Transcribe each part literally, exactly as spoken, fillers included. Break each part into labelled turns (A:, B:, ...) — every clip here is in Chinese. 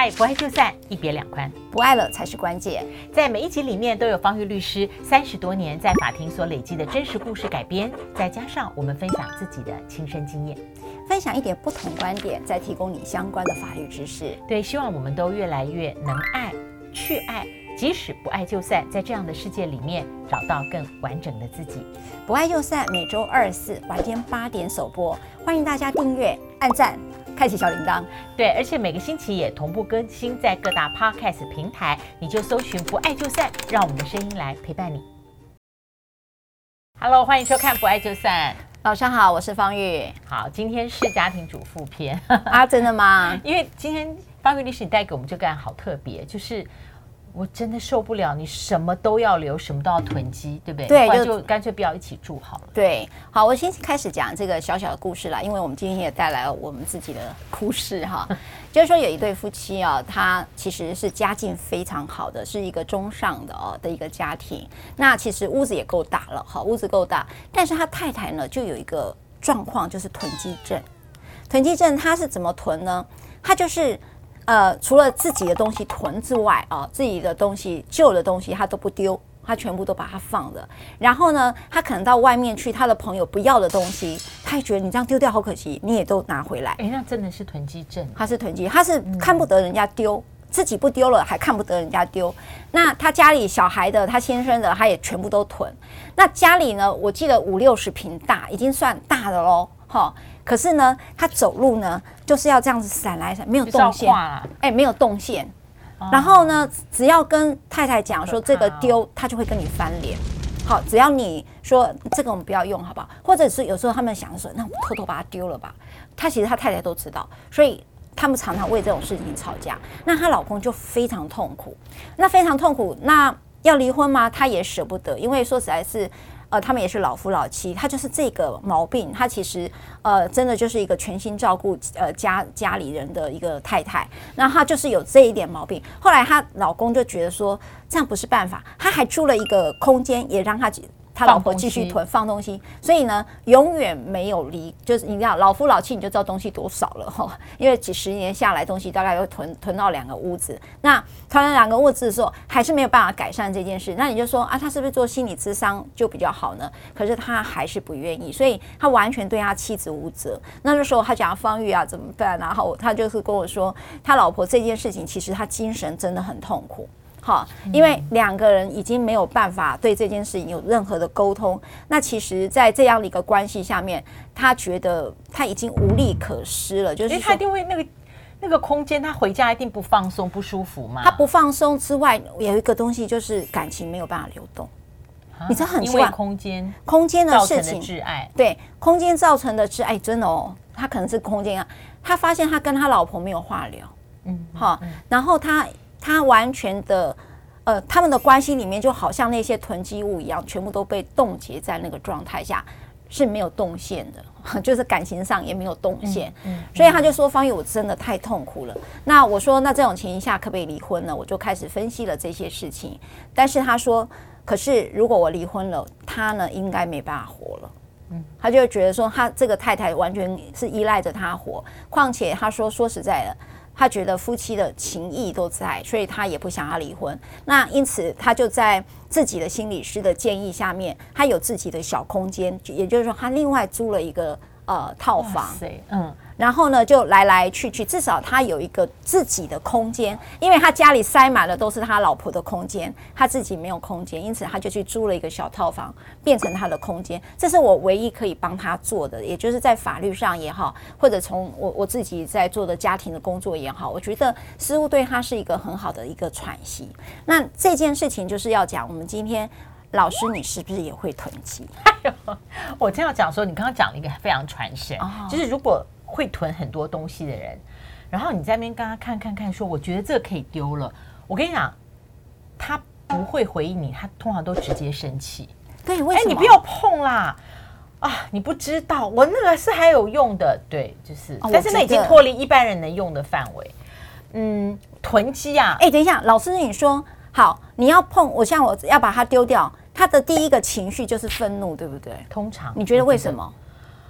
A: 嗨，不爱就散，一别两宽，
B: 不爱了才是关键。
A: 在每一集里面都有芳玉律师三十多年在法庭所累积的真实故事改编，再加上我们分享自己的亲身经验，
B: 分享一点不同观点，再提供你相关的法律知识。
A: 对，希望我们都越来越能爱、去爱，即使不爱就散，在这样的世界里面找到更完整的自己。
B: 不爱就散，每周二四晚间八点首播，欢迎大家订阅、按赞、开启小铃铛。
A: 对，而且每个星期也同步更新在各大 podcast 平台，你就搜寻不爱就散，让我们的声音来陪伴你。Hello， 欢迎收看不爱就散。
B: 早上好，我是芳玉。
A: 好，今天是家庭主妇篇
B: 啊，真的吗？
A: 因为今天芳玉律师你带给我们这个案好特别，就是我真的受不了，你什么都要留，什么都要囤积，对不对？
B: 对，
A: 就干脆不要一起住好了。
B: 对，好，我先开始讲这个小小的故事啦，因为我们今天也带来了我们自己的故事哈。就是说有一对夫妻啊，他其实是家境非常好的，是一个中上的哦的一个家庭。那其实屋子也够大了哈，屋子够大，但是他太太呢就有一个状况，就是囤积症。囤积症他是怎么囤呢？他就是呃，除了自己的东西囤之外啊，自己的东西旧的东西他都不丢，他全部都把它放着。然后呢，他可能到外面去，他的朋友不要的东西，他也觉得你这样丢掉好可惜，你也都拿回来。
A: 哎，那真的是囤积症。
B: 他是囤积，他是看不得人家丢，嗯、自己不丢了，还看不得人家丢。那他家里小孩的，他先生的，他也全部都囤。那家里呢，我记得五六十平大，已经算大的喽，哈。可是呢，他走路呢，就是要这样子闪来闪，没有动线，哎，没有动线。哦、然后呢，只要跟太太讲说这个丢，他就会跟你翻脸。好，只要你说这个我们不要用，好不好？或者是有时候他们想说，那我偷偷把它丢了吧。他其实他太太都知道，所以他们常常为这种事情吵架。那她老公就非常痛苦，那非常痛苦。那要离婚吗？他也舍不得，因为说实在是。呃，他们也是老夫老妻，他就是这个毛病，他其实呃真的就是一个全心照顾呃家家里人的一个太太，那他就是有这一点毛病。后来她老公就觉得说这样不是办法，他还租了一个空间，也让他他老婆继续囤放东西，所以呢永远没有离，就是你知道老夫老妻你就知道东西多少了哈，因为几十年下来东西大概会囤囤到两个屋子，那囤了两个屋子的时候还是没有办法改善这件事，那你就说啊他是不是做心理咨商就比较好呢？可是他还是不愿意，所以他完全对他妻子无责。那那时候他讲芳玉啊怎么办？然后他就是跟我说他老婆这件事情其实他精神真的很痛苦。好，因为两个人已经没有办法对这件事情有任何的沟通，那其实在这样的一个关系下面，他觉得他已经无力可施了，就是
A: 他一定会那个那个空间，他回家一定不放松不舒服嘛。
B: 他不放松之外，有一个东西就是感情没有办法流动，啊、你这很奇怪，
A: 因为空间
B: 空间的事情
A: 造成的挚爱，
B: 对空间造成的挚爱，真的哦，他可能是空间啊，他发现他跟他老婆没有话聊，嗯，好，嗯、然后他。他完全的，呃，他们的关系里面就好像那些囤积物一样，全部都被冻结在那个状态下，是没有动线的，就是感情上也没有动线。嗯嗯、所以他就说：“芳玉，我真的太痛苦了。”那我说：“那这种情形下可不可以离婚呢？”我就开始分析了这些事情。但是他说：“可是如果我离婚了，他呢应该没办法活了。”嗯，他就觉得说，他这个太太完全是依赖着他活。况且他说：“说实在的。”他觉得夫妻的情谊都在，所以他也不想要离婚。那因此，他就在自己的心理师的建议下面，他有自己的小空间，也就是说，他另外租了一个呃套房。嗯。然后呢，就来来去去，至少他有一个自己的空间，因为他家里塞满了都是他老婆的空间，他自己没有空间，因此他就去租了一个小套房，变成他的空间。这是我唯一可以帮他做的，也就是在法律上也好，或者从我我自己在做的家庭的工作也好，我觉得似乎对他是一个很好的一个喘息。那这件事情就是要讲，我们今天老师你是不是也会囤积？
A: 哎呦，我这样讲说，你刚刚讲了一个非常传神，哦、就是如果会囤很多东西的人，然后你在那边跟他看看看说我觉得这个可以丢了，我跟你讲他不会回应你，他通常都直接生气。
B: 对，为什么？
A: 哎，你不要碰啦啊，你不知道我那个是还有用的。对，就是、哦、但是那已经脱离一般人能用的范围。嗯，囤积啊，
B: 哎，等一下，老师你说好你要碰我，像我要把它丢掉，他的第一个情绪就是愤怒，对不对？
A: 通常
B: 你觉得为什么？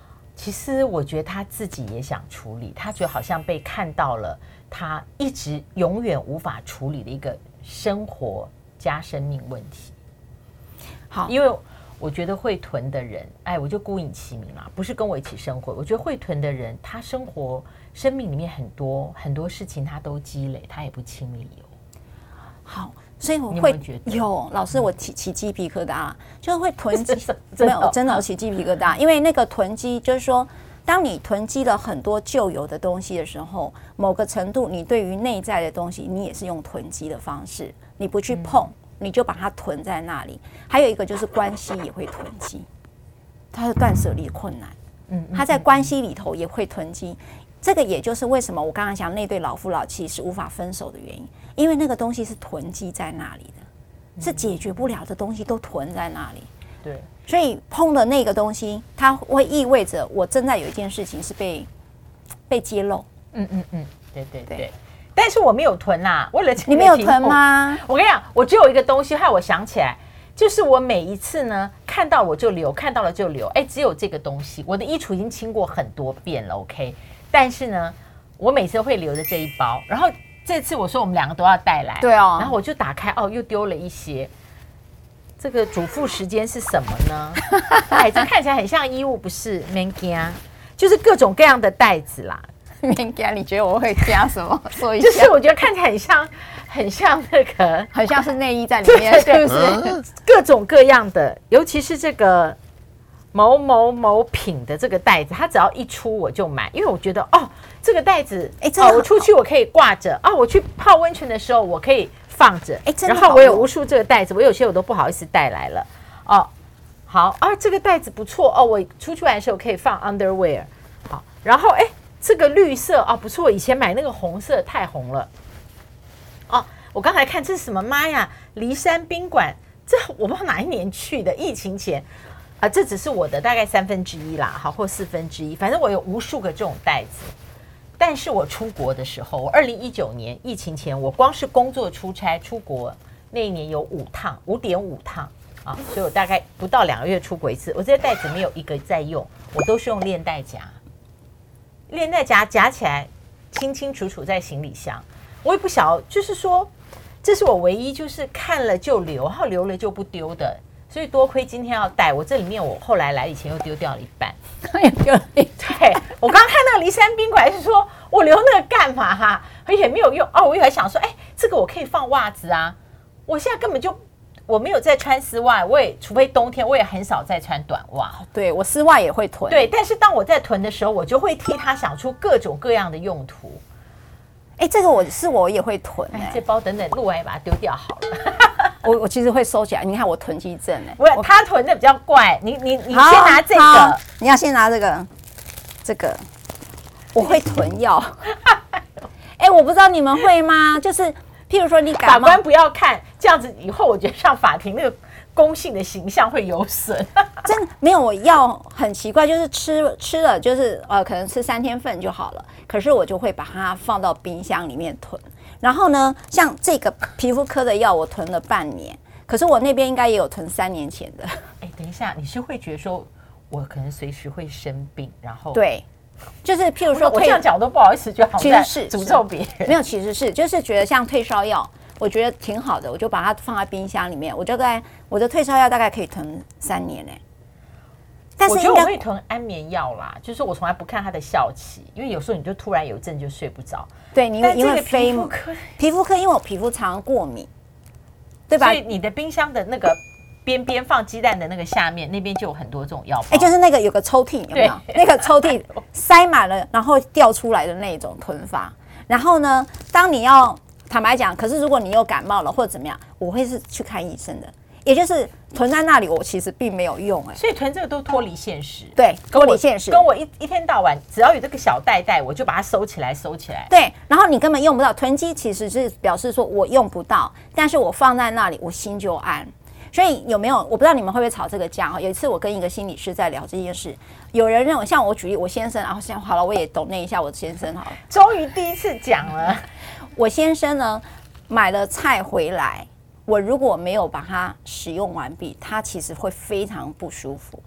A: 其实我觉得他自己也想处理，他觉得好像被看到了他一直永远无法处理的一个生活加生命问题。
B: 好，
A: 因为我觉得会囤的人，哎，我就孤影其名啦，不是跟我一起生活。我觉得会囤的人，他生活生命里面很多很多事情他都积累，他也不清理哦。
B: 好。所以我会
A: 有, 有,
B: 有老师，我起起鸡皮疙瘩，就是会囤积，
A: 没
B: 有真的我起鸡皮疙瘩，因为那个囤积就是说，当你囤积了很多旧有的东西的时候，某个程度你对于内在的东西，你也是用囤积的方式，你不去碰，嗯、你就把它囤在那里。还有一个就是关系也会囤积，它是断舍离困难，嗯，他在关系里头也会囤积。这个也就是为什么我刚刚讲那对老夫老妻是无法分手的原因，因为那个东西是囤积在那里的，是解决不了的东西都囤在那里。
A: 对，
B: 所以碰的那个东西，它会意味着我正在有一件事情是被被揭露。
A: 嗯嗯嗯，对对 对, 对。但是我没有囤啦，为了
B: 你没有囤吗？
A: 我跟你讲，我只有一个东西，害我想起来，就是我每一次呢看到我就留，看到了就留。哎，只有这个东西，我的衣橱已经清过很多遍了 ，OK。但是呢，我每次会留着这一包，然后这次我说我们两个都要带来，
B: 对哦，
A: 然后我就打开，哦，又丢了一些。这个主妇时间是什么呢？哎，这看起来很像衣物，不是 ？Mangia， 就是各种各样的袋子啦。
B: Mangia， 你觉得我会加什么？说一
A: 下，就是我觉得看起来很像，很像那个，
B: 很像是内衣在里面，
A: 对不是？各种各样的，尤其是这个。某某某品的这个袋子，它只要一出我就买，因为我觉得哦，这个袋子，哎、欸，哦，我出去我可以挂着啊、哦，我去泡温泉的时候我可以放着，哎、欸，然后我有无数这个袋子，我有些我都不好意思带来了，哦，好啊，这个袋子不错哦，我出去玩的时候可以放 underwear， 好，然后哎，这个绿色啊、哦、不错，以前买那个红色太红了，哦，我刚才看这是什么？妈呀，骊山宾馆，这我不知道哪一年去的，疫情前。啊，这只是我的大概三分之一啦，好，或四分之一，反正我有无数个这种袋子。但是我出国的时候，我二零一九年疫情前，我光是工作出差出国那一年有五趟，五点五趟啊，所以我大概不到两个月出国一次。我这些袋子没有一个在用，我都是用链带夹，链带夹夹起来，清清楚楚在行李箱。我也不晓得，就是说，这是我唯一就是看了就留，然后留了就不丢的。所以多亏今天要带，我这里面我后来来以前又丢掉了一半，
B: 也丢了一半。
A: 对，我刚刚看那个骊山宾馆是说我留那个干嘛哈，也没有用哦。我以为想说，哎，这个我可以放袜子啊。我现在根本就我没有在穿丝袜，我也除非冬天，我也很少在穿短袜。
B: 对，我丝袜也会囤。
A: 对，但是当我在囤的时候，我就会替他想出各种各样的用途。
B: 哎，这个我是我也会囤、欸。
A: 哎，这包等等录完也把它丢掉好了。
B: 我我其实会收起来，你看我囤积症哎、欸，
A: 不是他囤的比较怪，你你你先拿这个，
B: 你要先拿这个，这个我会囤药。哎、欸，我不知道你们会吗？就是譬如说你感冒，
A: 法官不要看这样子，以后我觉得上法庭那个公信的形象会有损。
B: 真的没有，我药很奇怪，就是吃吃了就是呃可能吃三天份就好了，可是我就会把它放到冰箱里面囤。然后呢，像这个皮肤科的药，我囤了半年，可是我那边应该也有囤三年前的。
A: 哎，等一下，你是会觉得说，我可能随时会生病，然后
B: 对，就是譬如说，
A: 我这样讲都不好意思，就好像
B: 是
A: 诅咒别人。
B: 没有，其实是就是觉得像退烧药，我觉得挺好的，我就把它放在冰箱里面，我就在我的退烧药大概可以囤三年呢、欸。
A: 但是我觉得我会囤安眠药啦，就是我从来不看它的效期，因为有时候你就突然有一阵就睡不着。
B: 对，你因为
A: 皮肤科，
B: 皮肤科因为我皮肤常过敏，对吧？
A: 所以你的冰箱的那个边边放鸡蛋的那个下面，那边就有很多这种药包。
B: 哎、欸，就是那个有个抽屉，有没有？那个抽屉塞满了，然后掉出来的那种囤法。然后呢，当你要坦白讲，可是如果你又感冒了或者怎么样，我会是去看医生的。也就是囤在那里，我其实并没有用哎、欸，
A: 所以囤这个都脱离现实。
B: 对，脱离现实，
A: 跟我一一天到晚只要有这个小袋袋，我就把它收起来，收起来。
B: 对，然后你根本用不到，囤积其实是表示说我用不到，但是我放在那里，我心就安。所以有没有？我不知道你们会不会吵这个架哈？有一次我跟一个心理师在聊这件事，有人认为像我举例，我先生，然后现在好了，我也懂那一下我先生好了，
A: 终于第一次讲了，
B: 我先生呢买了菜回来。我如果没有把它使用完毕，它其实会非常不舒服。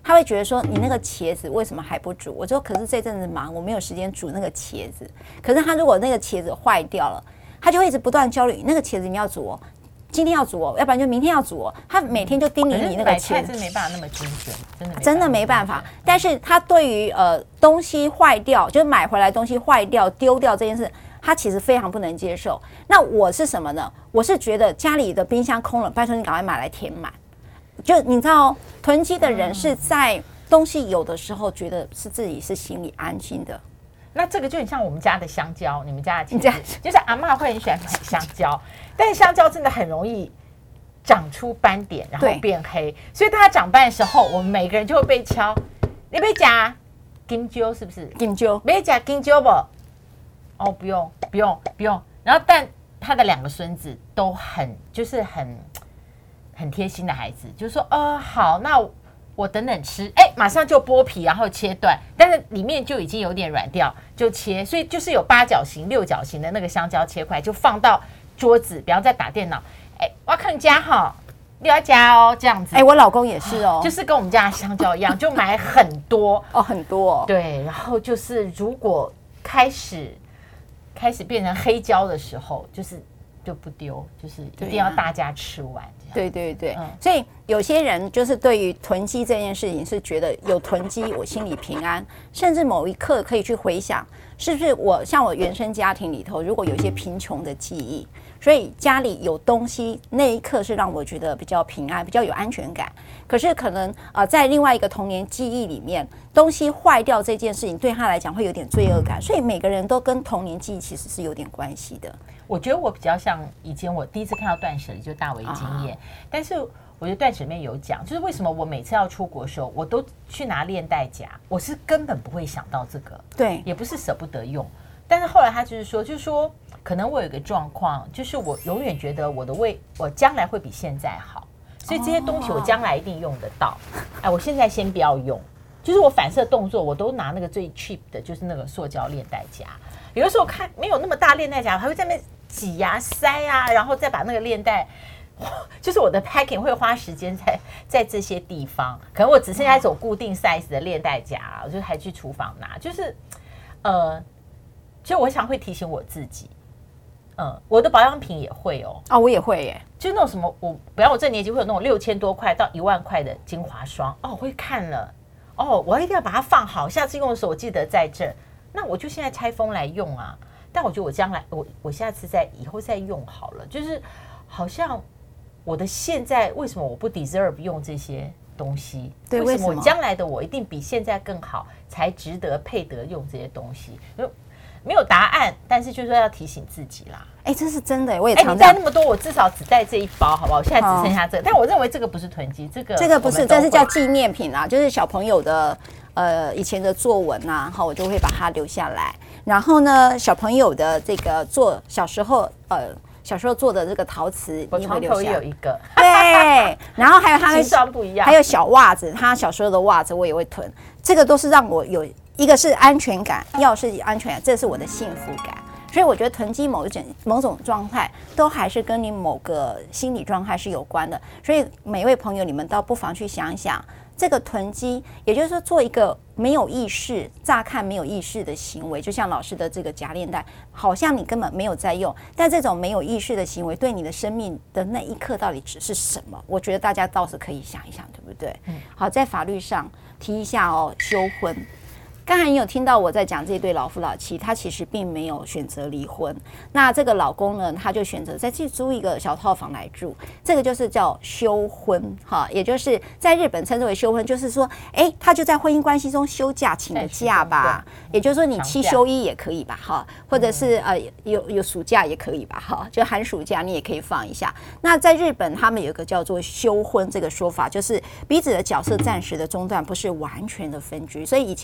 B: 他会觉得说你那个茄子为什么还不煮？我说可是这阵子忙，我没有时间煮那个茄子。可是他如果那个茄子坏掉了，他就会一直不断焦虑，那个茄子你要煮哦，今天要煮哦，要不然就明天要煮哦。他每天就叮咛你那个茄子，
A: 真没办法那么精准，真的
B: 真的没办法。但是他对于呃东西坏掉，就是买回来东西坏掉丢掉这件事，他其实非常不能接受。那我是什么呢？我是觉得家里的冰箱空了，拜托你赶快买来填满。就你知道，囤积的人是在东西有的时候觉得是自己是心里安心的。
A: 那这个就很像我们家的香蕉，你们家的茄子，就是阿嬷会很喜欢买香蕉，但是香蕉真的很容易长出斑点，然后变黑，所以当它长斑的时候，我们每个人就会被敲，你别夹金蕉是不是？
B: 金蕉，
A: 别夹金蕉不？哦，不用，不用，不用。然后，但他的两个孙子都很，就是很很贴心的孩子，就是说，呃，好，那我等等吃，哎，马上就剥皮，然后切断，但是里面就已经有点软掉，就切，所以就是有八角形、六角形的那个香蕉切块，就放到桌子，比方在打电脑，哎，我要看家哈，你要加哦，这样子。
B: 哎，我老公也是哦，
A: 就是跟我们家的香蕉一样，就买很多
B: 哦，很多、哦。
A: 对，然后就是如果开始开始变成黑胶的时候，就是就不丢，就是一定要大家吃完。
B: 对对对，嗯、所以有些人就是对于囤积这件事情是觉得有囤积我心里平安，甚至某一刻可以去回想，是不是我像我原生家庭里头，如果有一些贫穷的记忆，所以家里有东西那一刻是让我觉得比较平安，比较有安全感。可是可能呃在另外一个童年记忆里面，东西坏掉这件事情对他来讲会有点罪恶感，所以每个人都跟童年记忆其实是有点关系的。
A: 我觉得我比较像以前我第一次看到断舍离就大为惊艳，啊、但是我觉得断舍里面有讲，就是为什么我每次要出国的时候，我都去拿链带夹，我是根本不会想到这个，
B: 对，
A: 也不是舍不得用，但是后来他就是说，就是说可能我有一个状况，就是我永远觉得我的胃，我将来会比现在好，所以这些东西我将来一定用得到，哎，我现在先不要用，就是我反射动作，我都拿那个最 cheap 的，就是那个塑胶链带夹。有的时候看没有那么大链带夹，还会在那边挤呀、啊、塞啊，然后再把那个链带，就是我的 packing 会花时间在在这些地方。可能我只剩下一种固定 size 的链带夹，我就还去厨房拿。就是呃，就我想会提醒我自己，嗯，我的保养品也会哦。
B: 啊、哦，我也会耶。
A: 就那种什么，我比方我这年纪会有那种六千多块到一万块的精华霜，哦，我会看了，哦，我一定要把它放好，下次用的时候我记得在这儿。那我就现在拆封来用啊，但我觉得我将来我我下次再以后再用好了，就是好像我的现在为什么我不 deserve 用这些东西？
B: 对，
A: 为什么我将来的我一定比现在更好，才值得配得用这些东西？没有答案，但是就是说要提醒自己啦。
B: 哎，这是真的，我也常
A: 哎，你带那么多，我至少只带这一包，好不好？我现在只剩下这个，但我认为这个不是囤积，这个
B: 这个不是，这是叫纪念品啦，就是小朋友的。呃，以前的作文啊，好，我就会把它留下来。然后呢，小朋友的这个做小时候，呃，小时候做的这个陶瓷，
A: 我床头也有一个。
B: 对，然后还有他的
A: 形状不一样，
B: 还有小袜子，他小时候的袜子我也会囤。这个都是让我有一个是安全感，要是安全感，这是我的幸福感。所以我觉得囤积某一种某种状态，都还是跟你某个心理状态是有关的。所以每一位朋友，你们倒不妨去想一想。这个囤积，也就是说做一个没有意识、乍看没有意识的行为，就像老师的这个夹链带，好像你根本没有在用，但这种没有意识的行为对你的生命的那一刻到底指是什么？我觉得大家倒是可以想一想，对不对？嗯、好，在法律上提一下哦，休婚。刚才你有听到我在讲这对老夫老妻，他其实并没有选择离婚。那这个老公呢，他就选择再去租一个小套房来住，这个就是叫休婚哈，也就是在日本称之为休婚，就是说，哎，他就在婚姻关系中休假请的假吧，也就是说你七休一也可以吧哈，或者是呃有有暑假也可以吧哈，就寒暑假你也可以放一下。那在日本他们有一个叫做休婚这个说法，就是彼此的角色暂时的中断，不是完全的分居。所以以前我们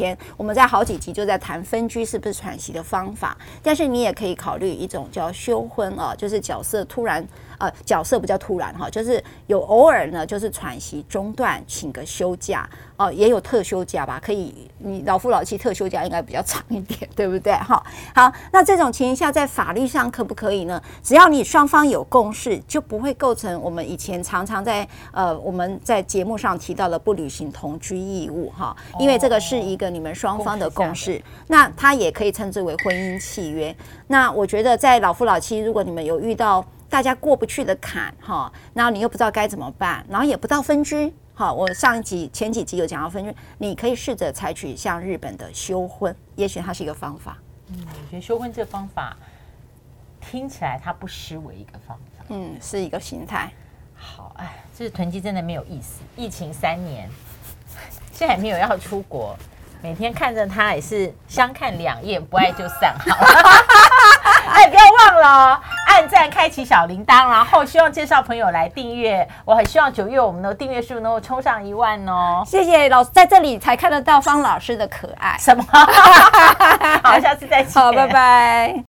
B: 们在好几集就在谈分居是不是喘息的方法，但是你也可以考虑一种叫休婚啊，就是角色突然呃角色不叫突然哈，就是有偶尔呢就是喘息中断，请个休假哦、呃，也有特休假吧，可以你老夫老妻特休假应该比较长一点，对不对？哈，好，那这种情形下在法律上可不可以呢？只要你双方有共识，就不会构成我们以前常常在呃我们在节目上提到的不履行同居义务哈，因为这个是一个你们双方的共识，那它也可以称之为婚姻契约。那我觉得在老夫老妻，如果你们有遇到大家过不去的坎哈，然后你又不知道该怎么办，然后也不到分居。好，我上一集前几集有讲到分居，你可以试着采取像日本的休婚，也许它是一个方法。
A: 嗯，我觉得休婚这个方法听起来它不失为一个方法，
B: 嗯，是一个心态。
A: 好，哎，这囤积真的没有意思。疫情三年，现在还没有要出国，每天看着他也是相看两厌，不爱就散好了。哎，不要忘了、哦、按赞、开启小铃铛，然后希望介绍朋友来订阅。我很希望九月我们的订阅数能够冲上一万哦。
B: 谢谢老师，在这里才看得到方老师的可爱。
A: 什么？好，下次再见。
B: 好，拜拜。